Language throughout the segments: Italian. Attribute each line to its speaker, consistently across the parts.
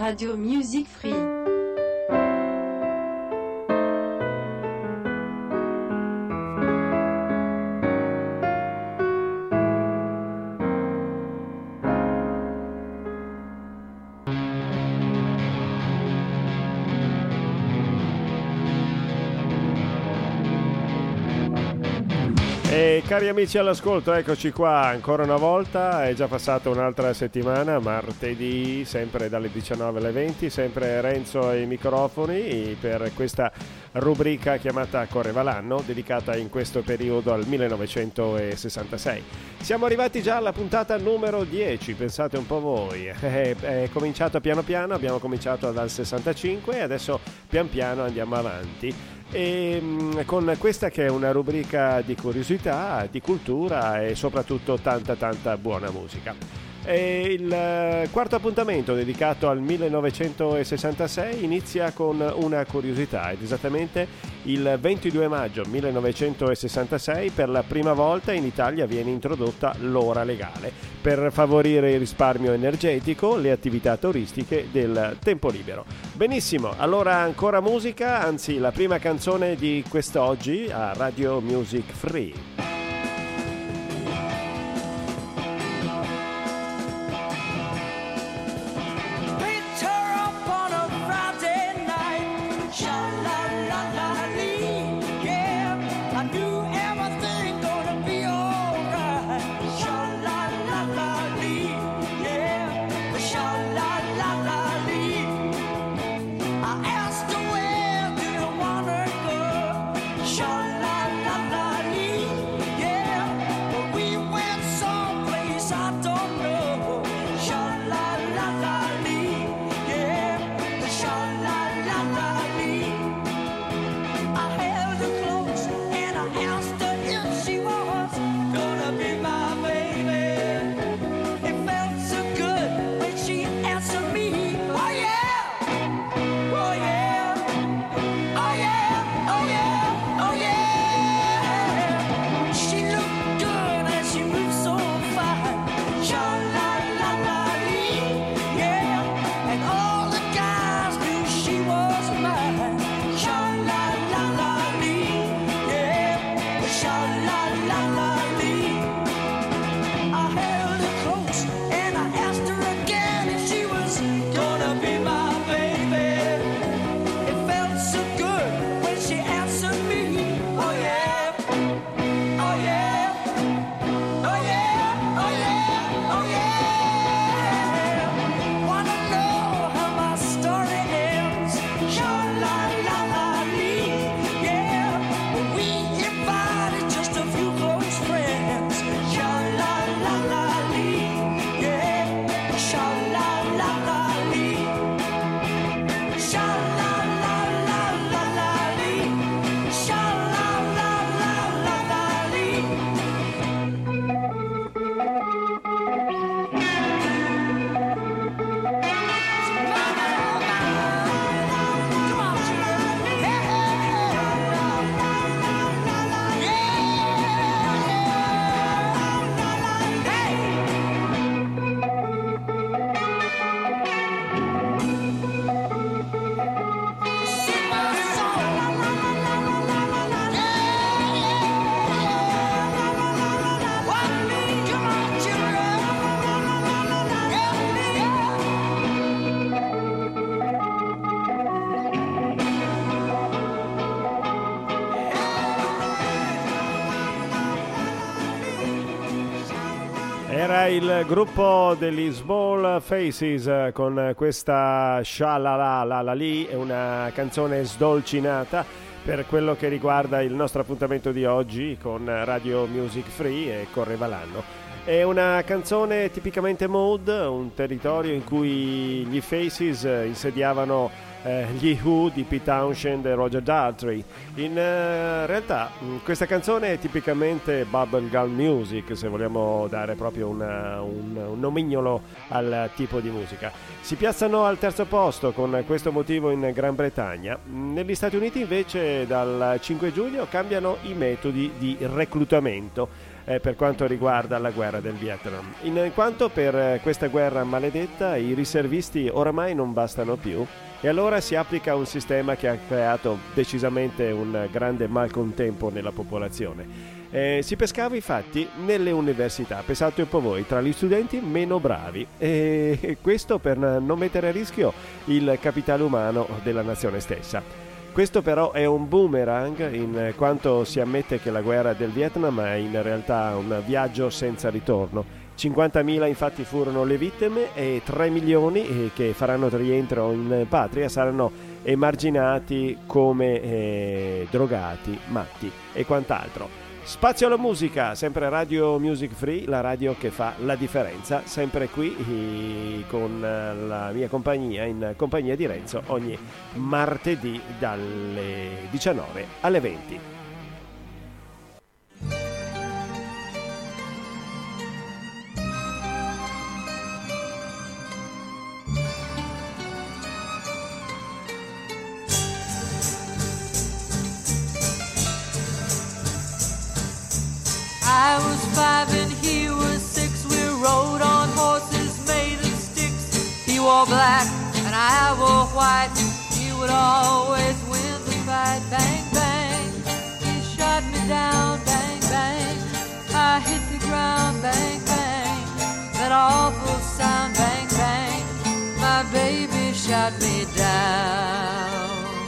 Speaker 1: Radio Music Free.
Speaker 2: E cari amici all'ascolto, eccoci qua ancora una volta, è già passata un'altra settimana, martedì, sempre dalle 19 alle 20, sempre Renzo ai microfoni per questa rubrica chiamata Correva l'anno, dedicata in questo periodo al 1966. Siamo arrivati già alla puntata numero 10, pensate un po' voi, è cominciato piano piano, abbiamo cominciato dal 65 e adesso pian piano andiamo avanti. E con questa che è una rubrica di curiosità, di cultura e soprattutto tanta buona musica. E il quarto appuntamento dedicato al 1966 inizia con una curiosità ed esattamente il 22 maggio 1966 per la prima volta in Italia viene introdotta l'ora legale per favorire il risparmio energetico, le attività turistiche del tempo libero. Benissimo, allora ancora musica, anzi la prima canzone di quest'oggi a Radio Music Free. Era il gruppo degli Small Faces con questa Sha-la-la-la-la-li, è una canzone sdolcinata per quello che riguarda il nostro appuntamento di oggi con Radio Music Free e Correva l'anno. È una canzone tipicamente mood, un territorio in cui gli Faces insediavano gli Who di Pete Townshend e Roger Daltrey. In realtà questa canzone è tipicamente bubblegum music, se vogliamo dare proprio un nomignolo al tipo di musica. Si piazzano al terzo posto con questo motivo in Gran Bretagna. Negli Stati Uniti invece dal 5 giugno cambiano i metodi di reclutamento per quanto riguarda la guerra del Vietnam, in quanto per questa guerra maledetta i riservisti oramai non bastano più, e allora si applica un sistema che ha creato decisamente un grande malcontento nella popolazione. Si pescava infatti nelle università, pensate un po' voi, tra gli studenti meno bravi, e questo per non mettere a rischio il capitale umano della nazione stessa. Questo però è un boomerang, in quanto si ammette che la guerra del Vietnam è in realtà un viaggio senza ritorno. 50.000 infatti furono le vittime e 3 milioni che faranno rientro in patria saranno emarginati come drogati, matti e quant'altro. Spazio alla musica, sempre Radio Music Free, la radio che fa la differenza, sempre qui con la mia compagnia, in compagnia di Renzo, ogni martedì dalle 19 alle 20.
Speaker 1: I was 5 and he was 6. We rode on horses made of sticks. He wore black and I wore white. He would always win the fight. Bang, bang. He shot me down. Bang, bang. I hit the ground. Bang, bang. That awful sound. Bang, bang. My baby shot me down.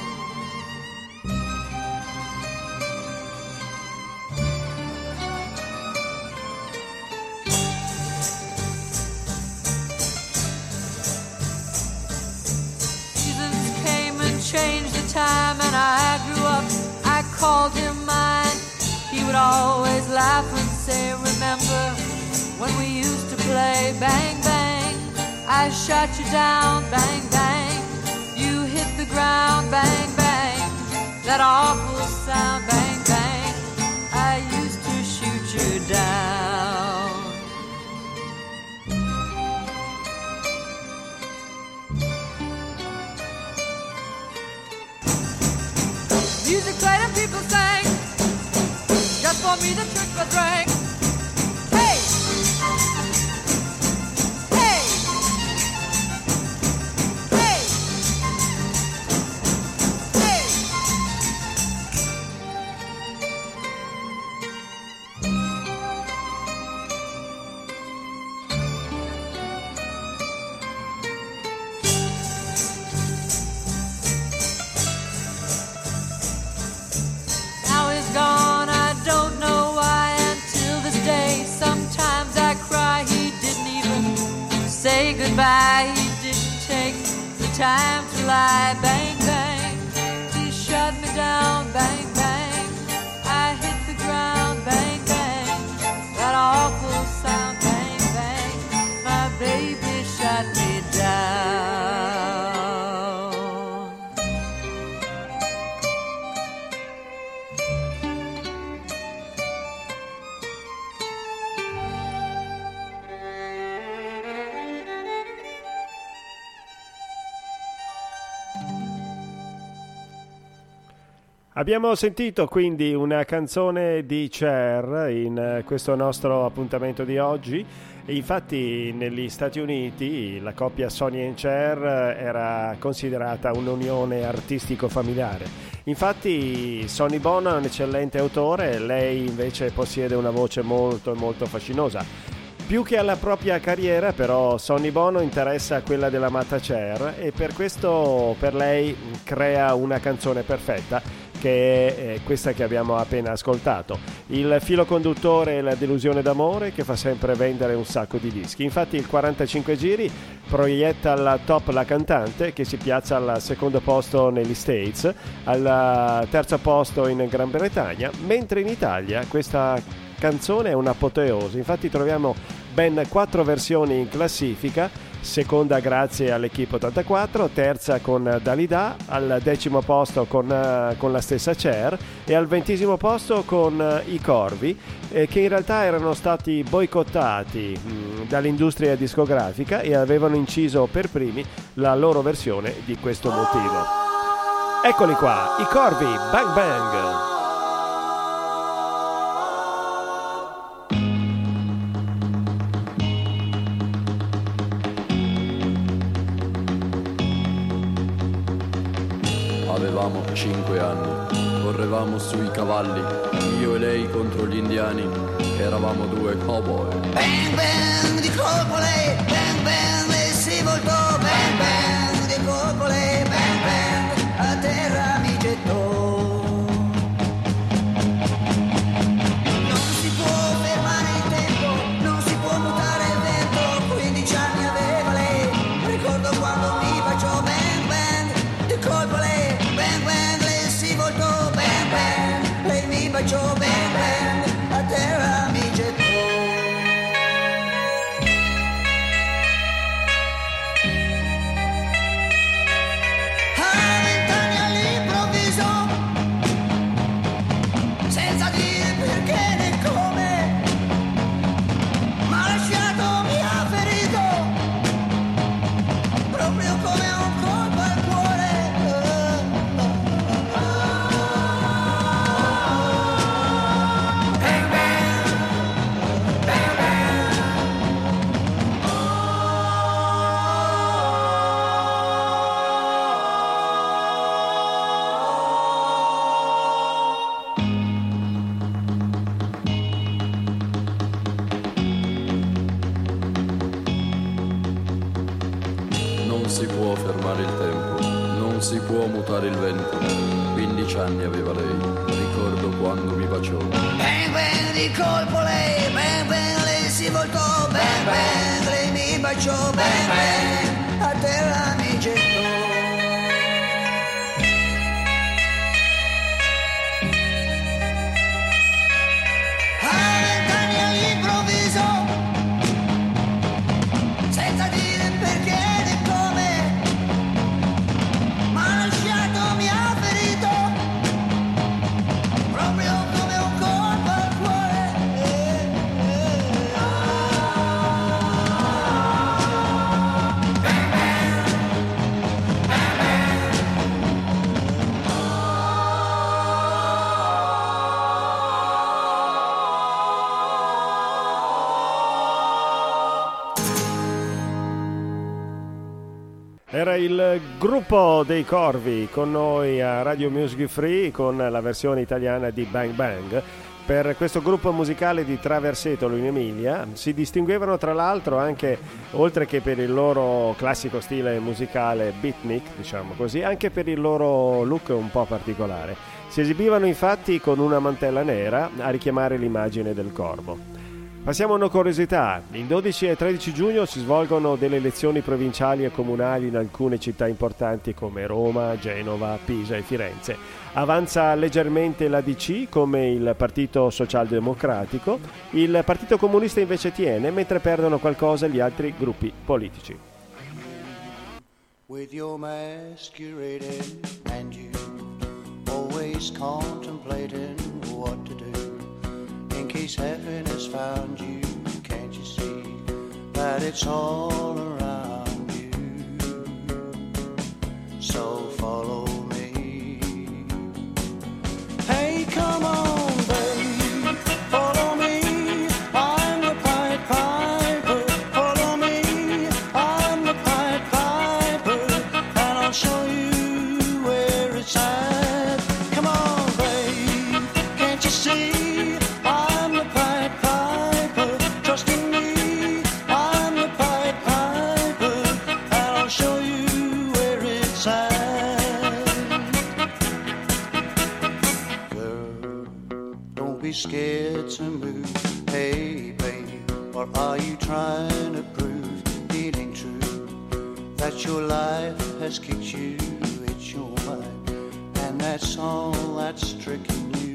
Speaker 1: Changed the time and I grew up, I called him mine. He would always laugh and say, remember when we used to play? Bang, bang, I shot you down. Bang, bang, you hit the ground. Bang, bang, that awful sound. Bang, bang, I used to shoot you down. Music played and people sang, just for me the church was rang. Hey! Hey! Hey! Hey! Gone, I don't know why. Until this day, sometimes I cry. He didn't even say goodbye. He didn't take the time to lie. Bang, bang, he shut me down. Bang, bang, I hit the ground. Bang, bang, that awful sound. Bang, bang, my baby shut me down.
Speaker 2: Abbiamo sentito quindi una canzone di Cher in questo nostro appuntamento di oggi. Infatti negli Stati Uniti la coppia Sonny and Cher era considerata un'unione artistico-familiare. Infatti Sonny Bono è un eccellente autore, lei invece possiede una voce molto molto fascinosa. Più che alla propria carriera, però, Sonny Bono interessa quella dell'amata Cher e per questo per lei crea una canzone perfetta, che è questa che abbiamo appena ascoltato. Il filo conduttore è la delusione d'amore che fa sempre vendere un sacco di dischi. Infatti il 45 giri proietta alla top la cantante, che si piazza al secondo posto negli States, al terzo posto in Gran Bretagna, mentre in Italia questa canzone è un'apoteosi. Infatti troviamo ben 4 versioni in classifica seconda grazie all'Equipe 84, terza con Dalida, al 10° posto con la stessa Cher e al 20° posto con i Corvi, che in realtà erano stati boicottati dall'industria discografica e avevano inciso per primi la loro versione di questo motivo. Eccoli qua, i Corvi, Bang Bang!
Speaker 3: Avevamo 5 anni, correvamo sui cavalli, io e lei contro gli indiani, eravamo 2 cowboy.
Speaker 4: Bang bang di colpo lei, bang bang le si voltò, bang bang di colpo lei, bang bang a terra mi gettò. Non si può fermare il tempo, non si può mutare il vento, 15 anni aveva lei, ricordo quando mi baciò, bang bang di colpo lei, bang bang le si voltò, bang bang lei mi baciò, bang bang a terra mi gettò.
Speaker 3: Non si può fermare il tempo, non si può mutare il vento. 15 anni aveva lei, ricordo quando mi baciò.
Speaker 4: Bang bang di colpo lei, bang bang lei si voltò, bang bang lei mi baciò, bang bang a terra mi gettò.
Speaker 2: Era il gruppo dei Corvi con noi a Radio Music Free con la versione italiana di Bang Bang. Per questo gruppo musicale di Traversetolo in Emilia si distinguevano tra l'altro anche, oltre che per il loro classico stile musicale beatnik, diciamo così, anche per il loro look un po' particolare. Si esibivano infatti con una mantella nera a richiamare l'immagine del corvo. Passiamo a una curiosità. Il 12 e 13 giugno si svolgono delle elezioni provinciali e comunali in alcune città importanti come Roma, Genova, Pisa e Firenze. Avanza leggermente l'ADC come il Partito Socialdemocratico, il Partito Comunista invece tiene, mentre perdono qualcosa gli altri gruppi politici.
Speaker 5: With your masquerading and you always contemplating what to do. In case heaven has found you, can't you see that it's all around you? So follow me. Hey, come on, babe, follow me. I'm the Pied Piper. Follow me. I'm the Pied Piper, and I'll show you where it's at. Come on, babe, can't you see? Scared to move, hey babe, or are you trying to prove it ain't true that your life has kicked you, it's your mind, and that's all that's tricking you.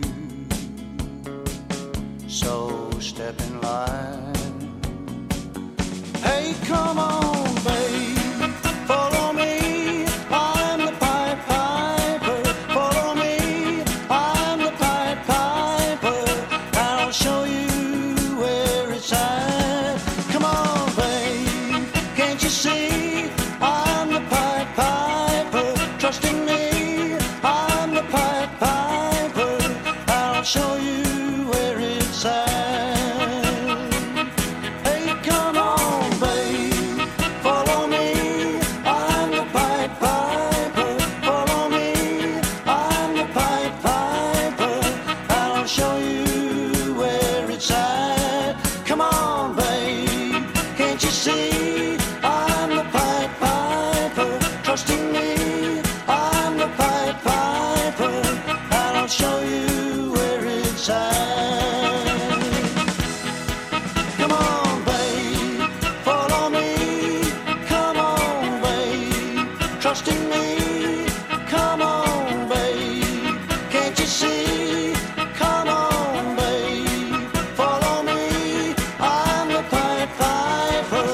Speaker 5: So step in line. Hey, come on, babe, follow me. I'm the Pied Piper. Follow me. I'm the Pied Piper. I'll show you where it's at. Come on, babe, can't you see? I'm the Pied Piper. Trust in me. I'm the Pied Piper. I'll show you where it's at. Hey, come on, babe, follow me. I'm the Pied Piper. Follow me. I'm the Pied Piper. I'll show you where it's at. Come on, babe, can't you see? I'm the Pied Piper. Trust in me. I'm the Pied Piper. I'll show you where it's at. Come on, babe, follow me. Come on, babe, trust in me. Come on, babe, can't you see? Come on, babe, follow me. I'm the Pied Piper.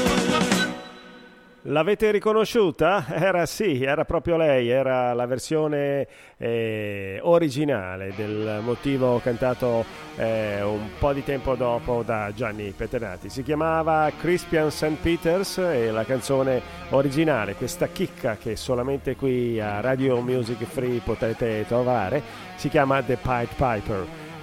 Speaker 2: L'avete riconosciuta? Era proprio lei, era la versione originale del motivo cantato un po' di tempo dopo da Gianni Petenati. Si chiamava Crispian St. Peters e la canzone originale, questa chicca che solamente qui a Radio Music Free potete trovare, si chiama The Pied Piper. È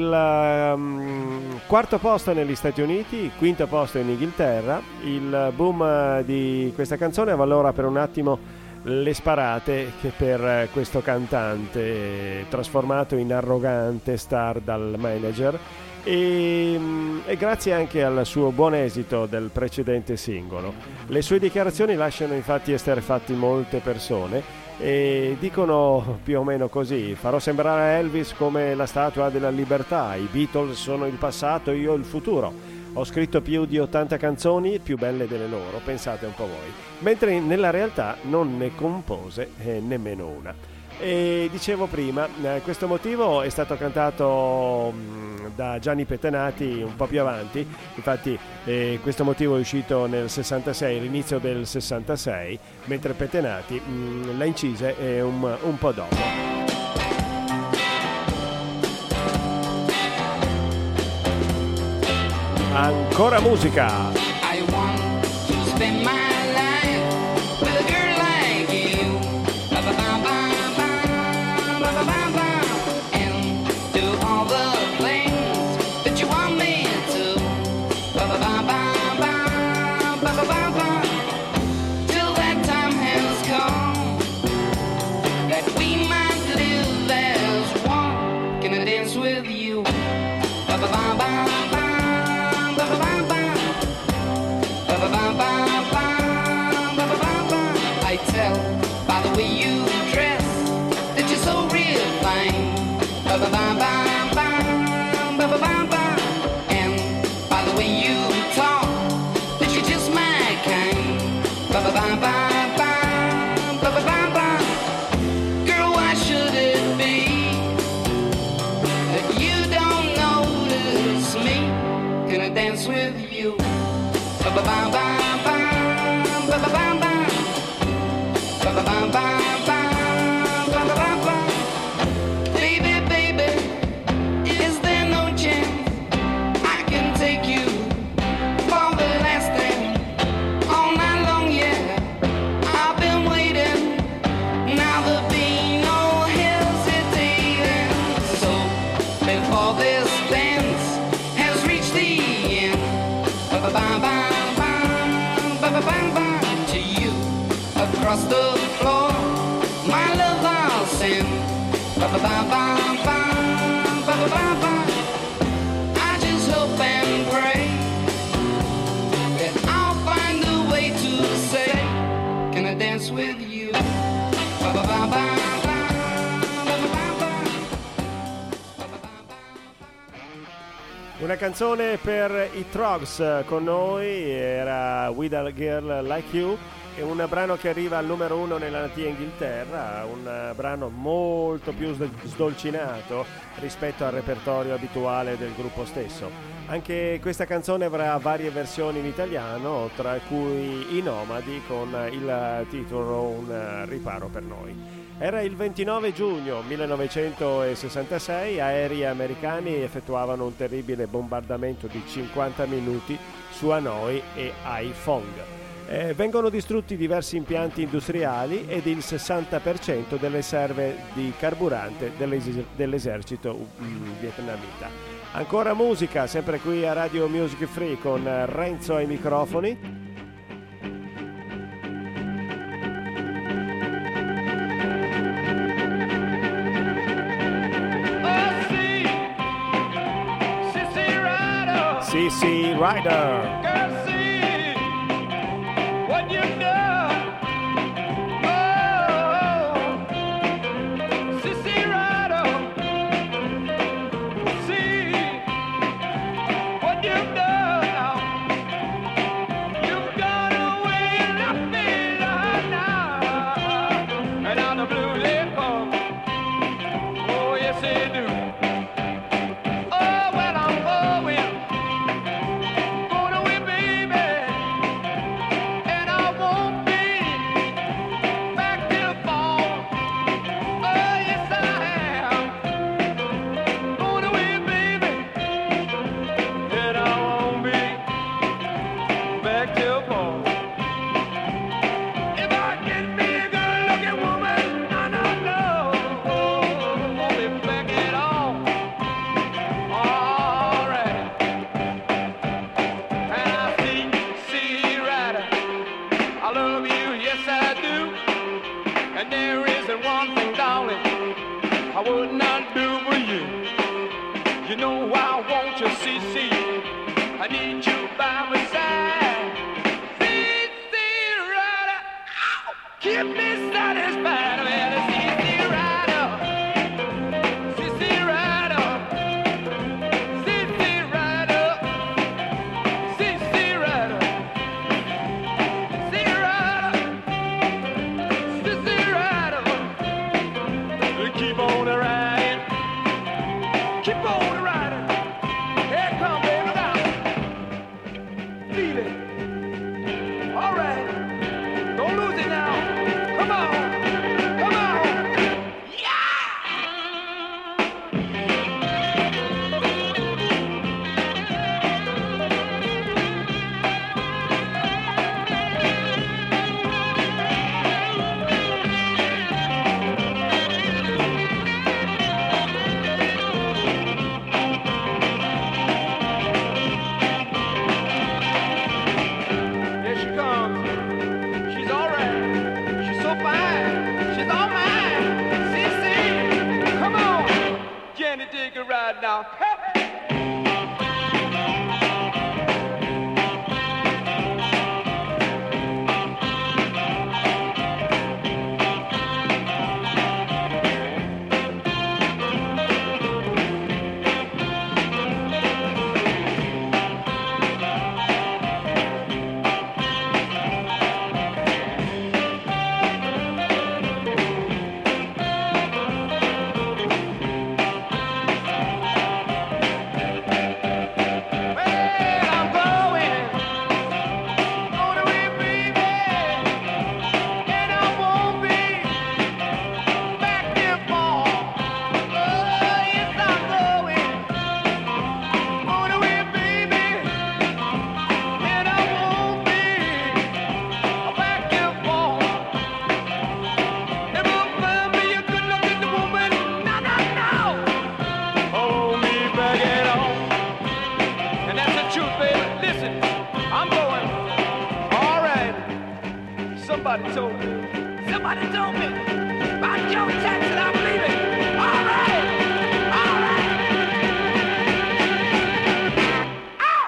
Speaker 2: il quarto posto negli Stati Uniti, quinto posto in Inghilterra. Il boom di questa canzone avvalora per un attimo le sparate che per questo cantante trasformato in arrogante star dal manager e grazie anche al suo buon esito del precedente singolo. Le sue dichiarazioni lasciano infatti esterrefatti molte persone e dicono più o meno così: farò sembrare Elvis come la statua della libertà, i Beatles sono il passato, io il futuro, ho scritto più di 80 canzoni più belle delle loro, pensate un po' voi, mentre nella realtà non ne compose nemmeno una. E dicevo prima, questo motivo è stato cantato da Gianni Petenati un po' più avanti, infatti questo motivo è uscito nel 66, all'inizio del 66, mentre Petenati l'ha incise un po' dopo. Ancora musica.
Speaker 6: I want to spend my life with a girl like you. And do all the things that you want me to. Till that time has come that we might live as one. Can I dance with you? I tell by the way you dress that you're so real fine. And by the way you talk that you're just my kind. Girl, why should it be that you don't notice me? Can I dance with you? Baby, baby, is there no chance I can take you for the last thing all night long? Yeah, I've been waiting. Now there'll be no hesitating. So before this dance has reached the end, to you across the floor, my love I'll send. I just hope and pray that I'll find a way to say, can I dance with you?
Speaker 2: Una canzone per i Trogs con noi era With a Girl Like You, è un brano che arriva al numero 1 nella natia Inghilterra, un brano molto più sdolcinato rispetto al repertorio abituale del gruppo stesso. Anche questa canzone avrà varie versioni in italiano, tra cui I Nomadi con il titolo Un riparo per noi. Era il 29 giugno 1966, aerei americani effettuavano un terribile bombardamento di 50 minuti su Hanoi e Haiphong. Vengono distrutti diversi impianti industriali ed il 60% delle serve di carburante dell'esercito vietnamita. Ancora musica, sempre qui a Radio Music Free con Renzo ai microfoni. CC Rider.
Speaker 7: Girl, see what you've done. Oh, CC Rider. See what you've done now. You've gone away and left me now. And now the blues they come. Oh, yes they do. Somebody told me about Joe Jackson, I believe it. All right.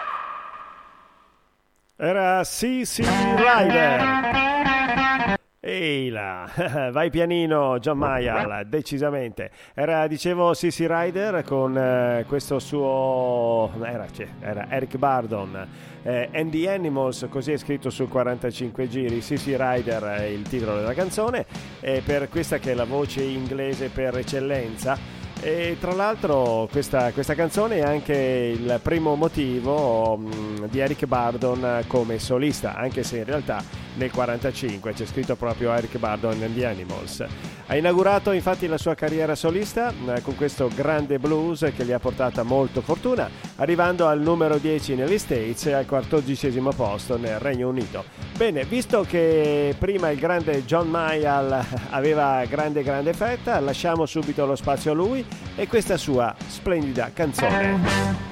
Speaker 2: Era CC Rider. E Ehi là, vai pianino John Mayall, decisamente. Era, dicevo, CC Rider con questo suo... Era Eric Burdon, and the Animals, così è scritto sul 45 giri. CC Rider è il titolo della canzone, per questa che è la voce inglese per eccellenza. E tra l'altro questa canzone è anche il primo motivo di Eric Burdon come solista, anche se in realtà nel 45 c'è scritto proprio Eric Burdon and the Animals. Ha inaugurato infatti la sua carriera solista con questo grande blues che gli ha portata molto fortuna, arrivando al numero 10 negli States e al 14° posto nel Regno Unito. Bene, visto che prima il grande John Mayall aveva grande fetta, lasciamo subito lo spazio a lui e questa sua splendida canzone.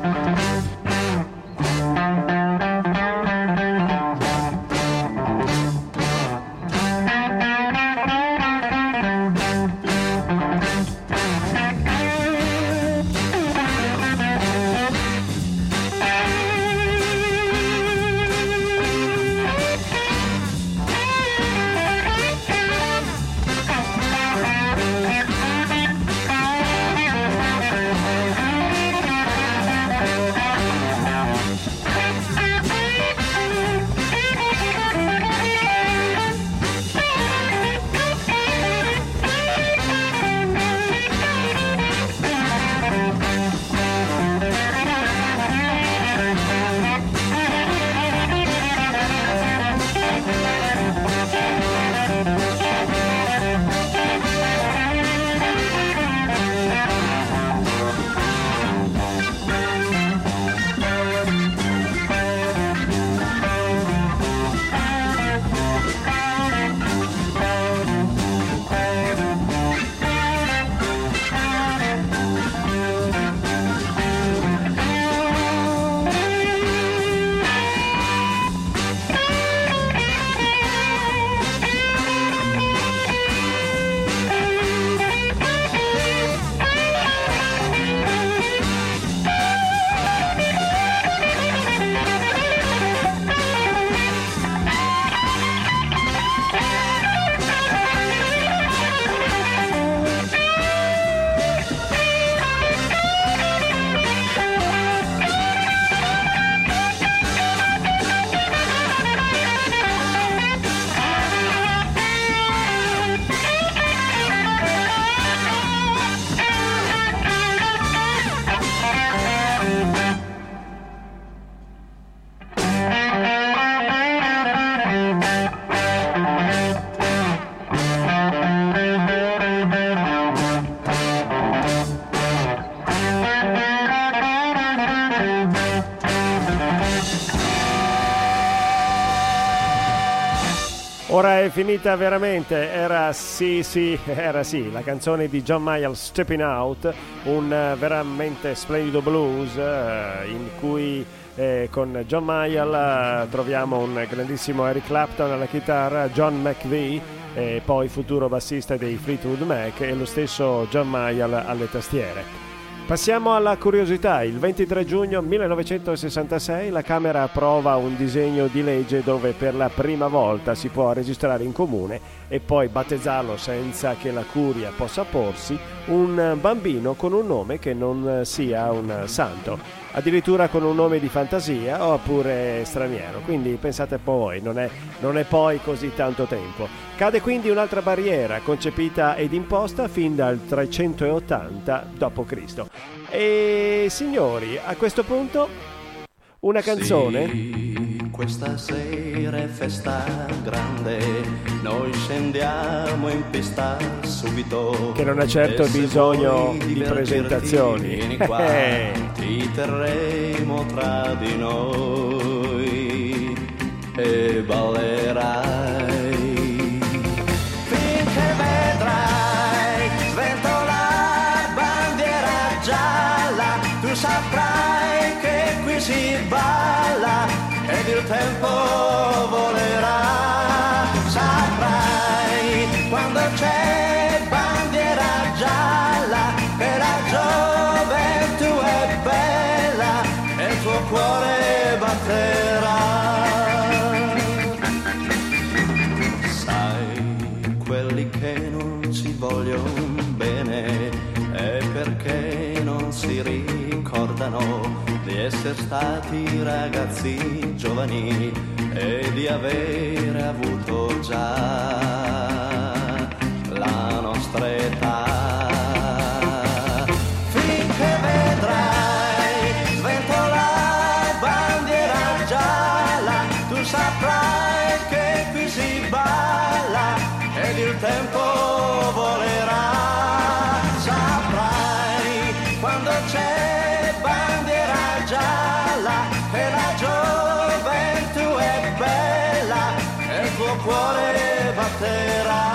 Speaker 2: Ora è finita veramente, era la canzone di John Mayall, Stepping Out, un veramente splendido blues in cui con John Mayall troviamo un grandissimo Eric Clapton alla chitarra, John McVie, poi futuro bassista dei Fleetwood Mac, e lo stesso John Mayall alle tastiere. Passiamo alla curiosità. Il 23 giugno 1966 la Camera approva un disegno di legge dove per la prima volta si può registrare in comune e poi battezzarlo senza che la curia possa porsi un bambino con un nome che non sia un santo, addirittura con un nome di fantasia oppure straniero. Quindi pensate poi, non è poi così tanto tempo. Cade quindi un'altra barriera concepita ed imposta fin dal 380 d.C. E signori, a questo punto una canzone.
Speaker 8: Sì, questa sera è festa grande, noi scendiamo in pista subito,
Speaker 2: che non ha certo bisogno di presentazioni.
Speaker 8: Vieni qua, ti terremo tra di noi e ballerai. Saprai che qui si balla ed il tempo volerà. Saprai quando c'è bandiera gialla che la gioventù è bella e il tuo cuore batterà. Sai quelli che non si vogliono bene è perché non si ricordano di essere stati ragazzi giovani e di avere avuto già la nostra età. Finché vedrai sventolare bandiera gialla, tu saprai che qui si balla ed il tempo volerà. Saprai quando c'è bandiera gialla che la gioventù è bella e il tuo cuore batterà.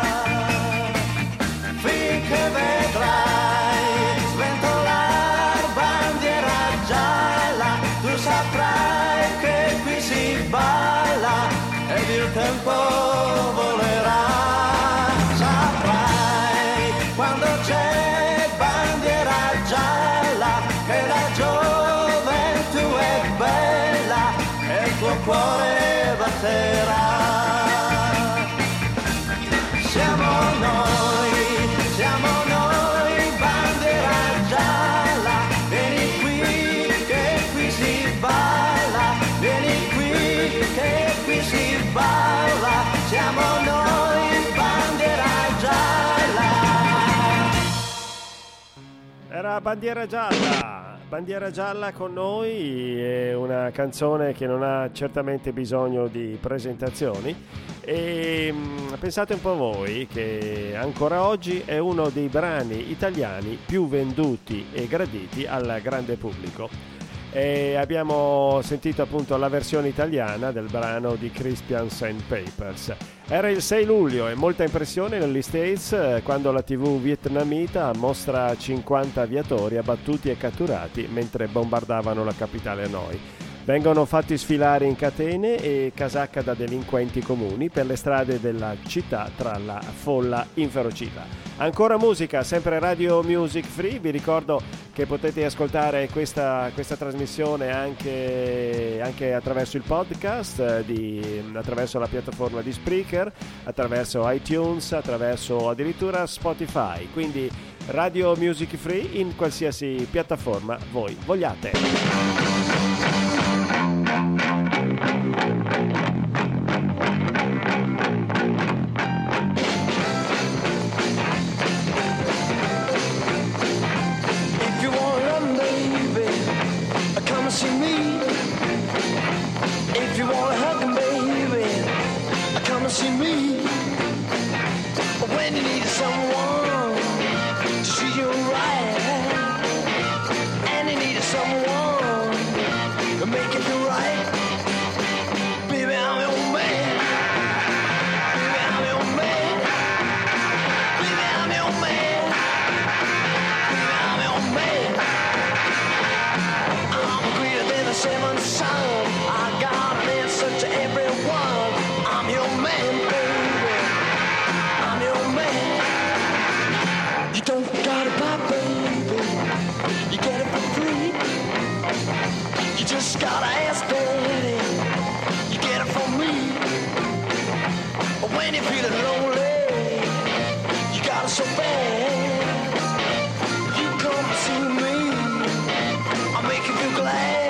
Speaker 8: Finché vedrai sventolare bandiera gialla, tu saprai che qui si balla ed il tempo volerà. Saprai quando c'è bandiera gialla che la gioventù è bella e il tuo cuore batterà. Siamo noi, bandiera gialla, vieni qui che qui si balla, vieni qui che qui si balla, siamo noi, bandiera gialla.
Speaker 2: Era Bandiera Gialla. Bandiera Gialla con noi è una canzone che non ha certamente bisogno di presentazioni e pensate un po' voi che ancora oggi è uno dei brani italiani più venduti e graditi al grande pubblico. E abbiamo sentito appunto la versione italiana del brano di Crispian St. Papers. Era il 6 luglio e molta impressione negli States quando la TV vietnamita mostra 50 aviatori abbattuti e catturati mentre bombardavano la capitale Hanoi. Vengono fatti sfilare in catene e casacca da delinquenti comuni per le strade della città tra la folla inferocita. Ancora musica, sempre Radio Music Free. Vi ricordo che potete ascoltare questa trasmissione anche attraverso il podcast, attraverso la piattaforma di Spreaker, attraverso iTunes, attraverso addirittura Spotify. Quindi Radio Music Free in qualsiasi piattaforma voi vogliate.
Speaker 5: See me. If you wanna hug him, baby, come and see me. When you need someone to treat you right, and you need someone to make it feel right, baby, I'm your man. Baby, I'm your man. Baby, I'm your man. Baby, I'm your man. Seven son, I got an answer to everyone. I'm your man, baby. I'm your man. You don't gotta buy, baby. You get it for free. You just gotta ask, daddy. You get it from me. When you're feeling lonely, you got it so bad. You come to see me. I'll make you feel glad.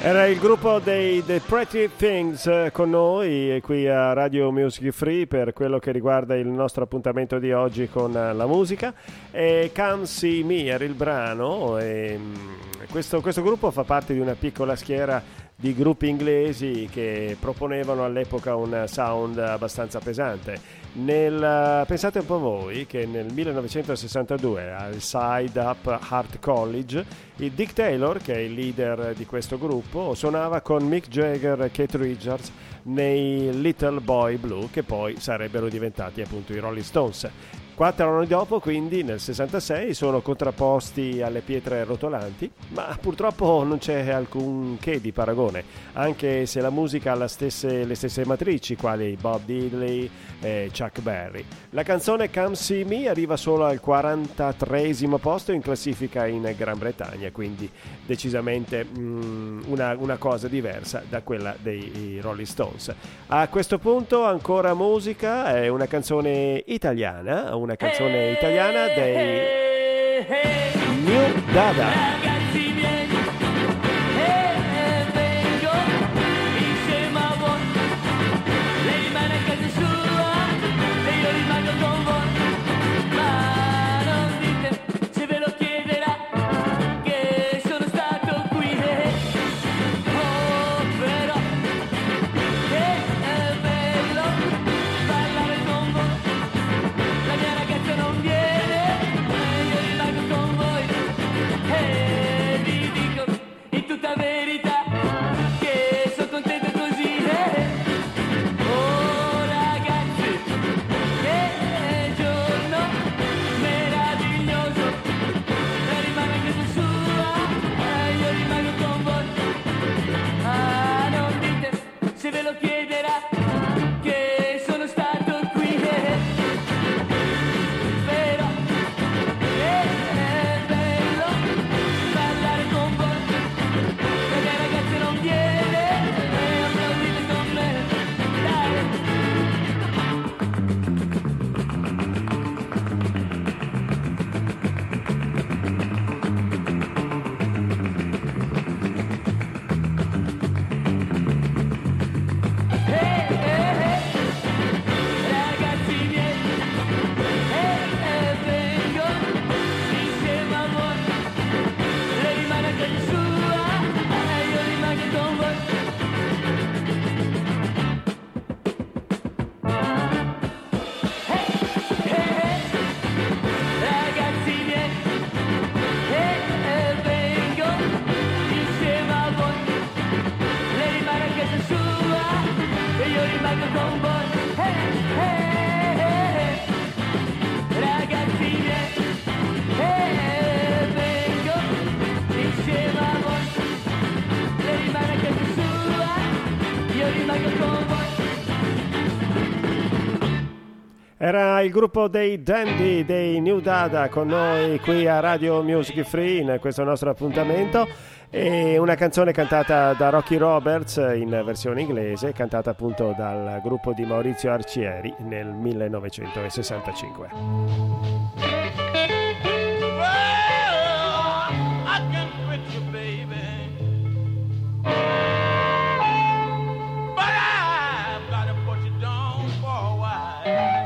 Speaker 2: Era il gruppo dei The Pretty Things con noi qui a Radio Music Free per quello che riguarda il nostro appuntamento di oggi con la musica. E Come See Me era il brano. E questo gruppo fa parte di una piccola schiera di gruppi inglesi che proponevano all'epoca un sound abbastanza pesante. Pensate un po' voi che nel 1962 al Side Up Art College il Dick Taylor, che è il leader di questo gruppo, suonava con Mick Jagger e Keith Richards nei Little Boy Blue, che poi sarebbero diventati appunto i Rolling Stones. 4 anni dopo, quindi nel 66, sono contrapposti alle pietre rotolanti, ma purtroppo non c'è alcun che di paragone, anche se la musica ha le stesse matrici, quali Bob Diddley e Chuck Berry. La canzone Come See Me arriva solo al 43esimo posto in classifica in Gran Bretagna, quindi decisamente una cosa diversa da quella dei Rolling Stones. A questo punto ancora musica, è una canzone italiana, dei New Dada.
Speaker 1: Ragazzi miei, vengo insieme a voi. Lei rimane a casa sua e io rimango con voi. Ma non dite se ve lo chiederà che sono stato qui. Oh, però è bello parlare con voi. La mia ragazza non viene, io rimango con voi. E vi dico in tutta verità che sono contento così. Oh ragazzi, che giorno meraviglioso. Lei rimane a casa sua e io rimango con voi. Ah, non dite se ve lo chiederà che sono stato qui. Però è bello parlare con voi. La mia ragazza non viene e applaudite con me. Dai. Ragazzi miei, vengo insieme a voi. Lei rimane a casa sua e io rimango con voi. Ragazzi miei, vengo insieme a voi. Lei rimane a casa sua e io rimango con voi. Ragazzi miei, vengo insieme a voi. Lei rimane a casa sua, io rimango con voi.
Speaker 2: Era il gruppo dei Dandy, dei New Dada, con noi qui a Radio Music Free in questo nostro appuntamento. E una canzone cantata da Rocky Roberts in versione inglese, cantata appunto dal gruppo di Maurizio Arcieri nel 1965.
Speaker 7: I can quit you, baby, but I've got to put you down for a while.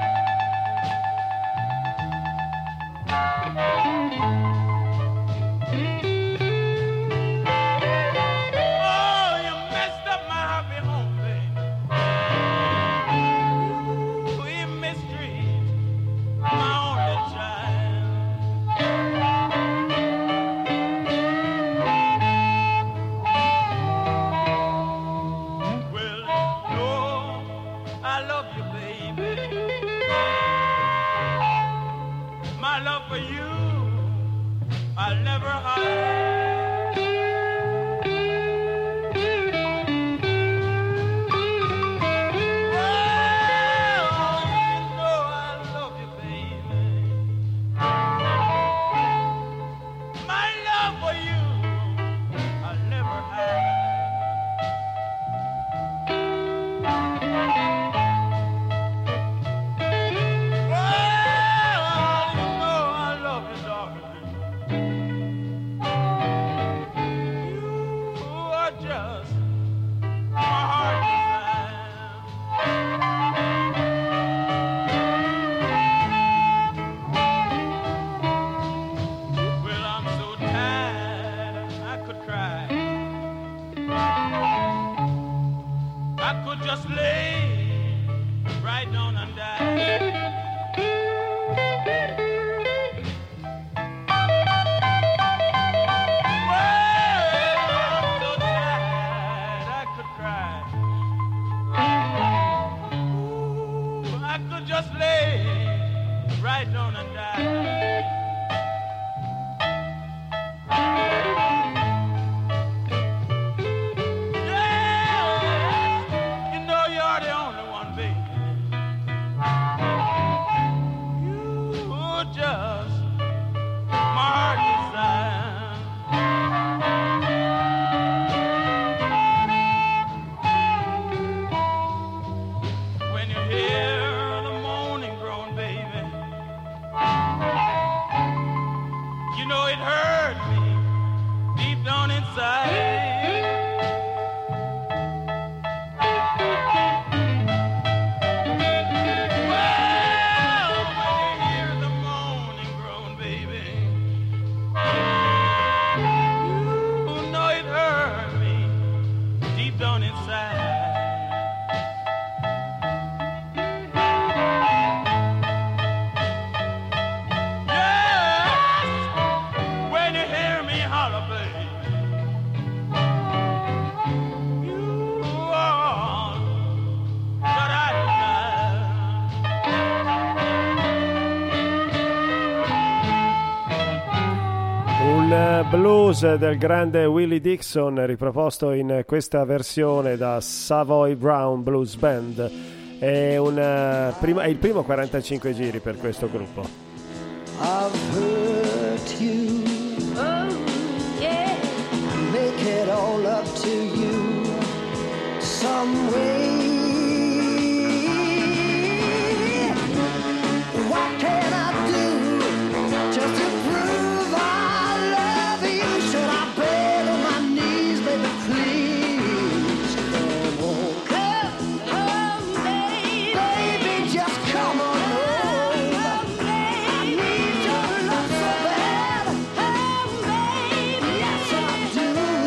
Speaker 7: Oh, you messed up my happy home, baby. Ooh, you mistreat my only child. Well, no, I love you, baby. My love for you, I'll never hide. Oh, you know I love you, baby. My love for you, I'll never hide. Oh, you know I love you, darling. light on and die. Yeah, you know you're the only one, baby. You just my heart desire. When you hear the morning groan, baby, you know it hurt me deep down inside. Well, when you hear the morning groan, baby, you know it hurt me deep down inside.
Speaker 2: Blues del grande Willie Dixon riproposto in questa versione da Savoy Brown Blues Band. È il primo 45 giri per questo gruppo.
Speaker 5: I've hurt you. Oh, yeah. Make it all up to you some way. What can I do just to prove I love you? Should I beg on my knees, baby, please? Come home, baby. Baby, just come on home. I need your love so bad. Home, baby. Yes, I do.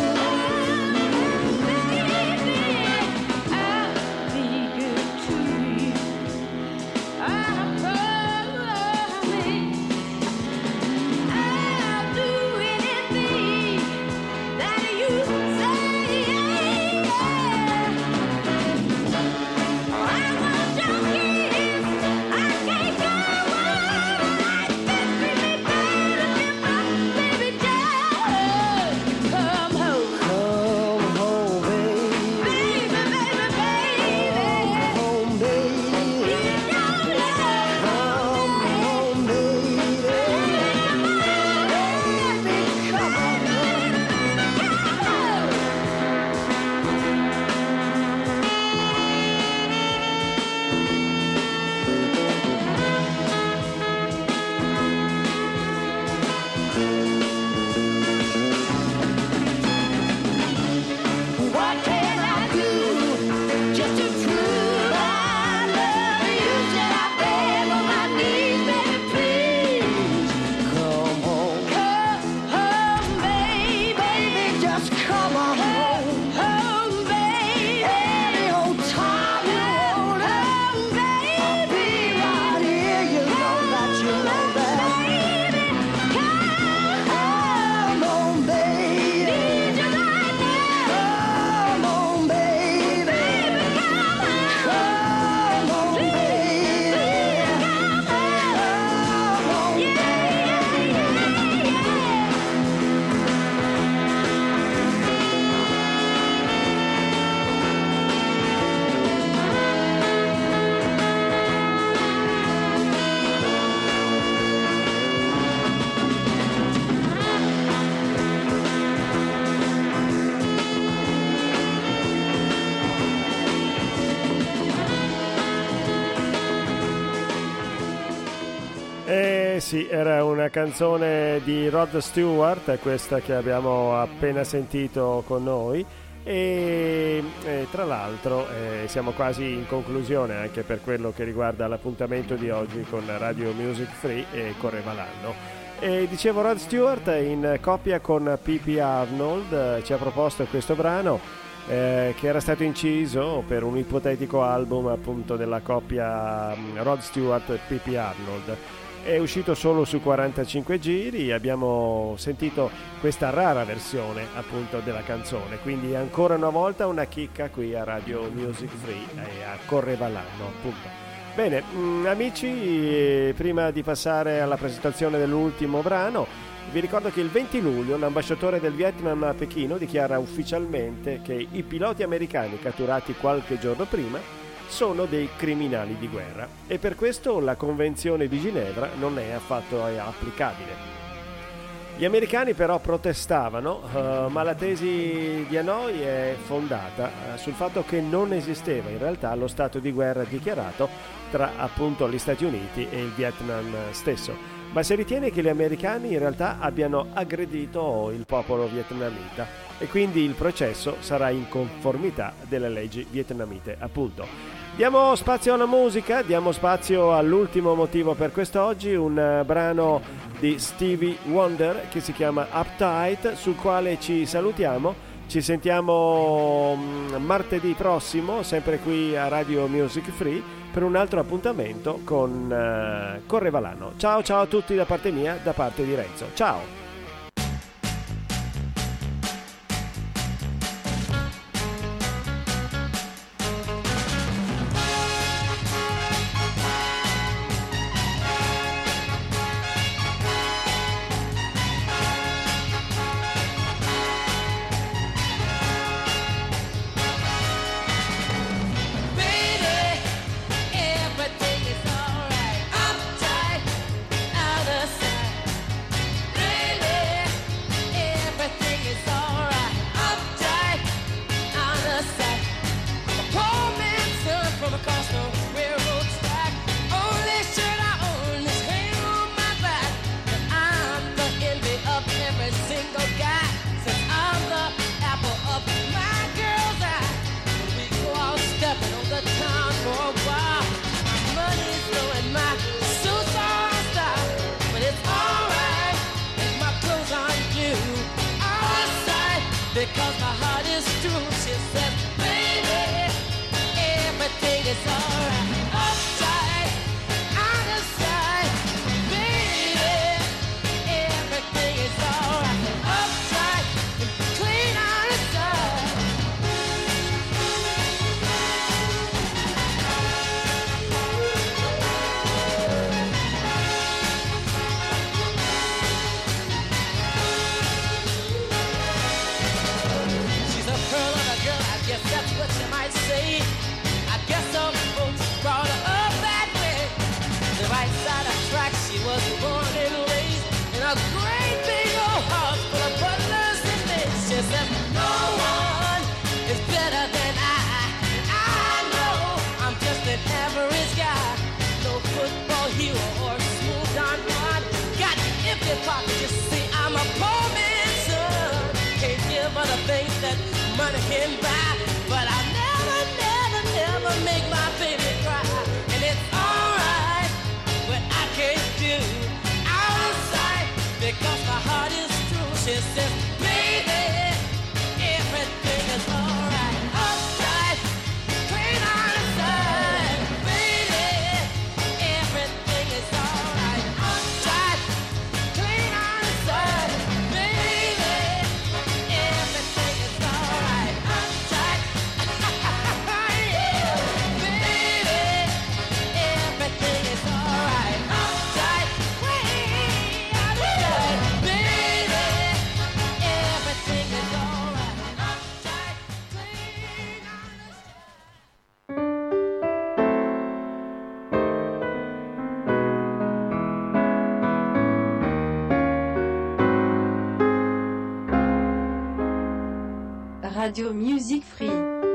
Speaker 2: Sì, era una canzone di Rod Stewart, questa che abbiamo appena sentito con noi, e tra l'altro siamo quasi in conclusione anche per quello che riguarda l'appuntamento di oggi con Radio Music Free e correva l'anno. E dicevo, Rod Stewart in coppia con P.P. Arnold ci ha proposto questo brano che era stato inciso per un ipotetico album appunto della coppia Rod Stewart e P.P. Arnold. È uscito solo su 45 giri, abbiamo sentito questa rara versione appunto della canzone, quindi ancora una volta una chicca qui a Radio Music Free e a correva l'anno appunto. Bene, amici, prima di passare alla presentazione dell'ultimo brano, vi ricordo che il 20 luglio l'ambasciatore del Vietnam a Pechino dichiara ufficialmente che i piloti americani catturati qualche giorno prima sono dei criminali di guerra e per questo la Convenzione di Ginevra non è affatto applicabile. Gli americani però protestavano, ma la tesi di Hanoi è fondata sul fatto che non esisteva in realtà lo stato di guerra dichiarato tra appunto gli Stati Uniti e il Vietnam stesso, ma si ritiene che gli americani in realtà abbiano aggredito il popolo vietnamita e quindi il processo sarà in conformità delle leggi vietnamite, appunto. Diamo spazio alla musica, diamo spazio all'ultimo motivo per quest'oggi, un brano di Stevie Wonder che si chiama Uptight, sul quale ci salutiamo. Ci sentiamo martedì prossimo, sempre qui a Radio Music Free, per un altro appuntamento con Correvalano. Ciao ciao a tutti da parte mia, da parte di Renzo. Ciao!
Speaker 1: Because my heart is true, she said, baby, everything is alright. Uptight, out of sight, baby, everything is alright. Uptight, clean out of sight. That's what you might say. I guess some folks brought her up that way. The right side of track, she was born and raised in a great big old house full of butlers and maids. She said, no one is better than I know I'm just an average guy. No football hero or smooth Don Juan. Got empty pockets, you see, I'm a poor man's son. Can't give her the things that money can buy. But I never make my baby cry. And it's alright, but I can't do out of sight because my heart is true. She says, baby, everything is alright. Uptight, clean out of sight. Baby, everything is alright. Uptight, clean out of sight. Baby, everything is alright. Uptight.
Speaker 9: Radio Music Free.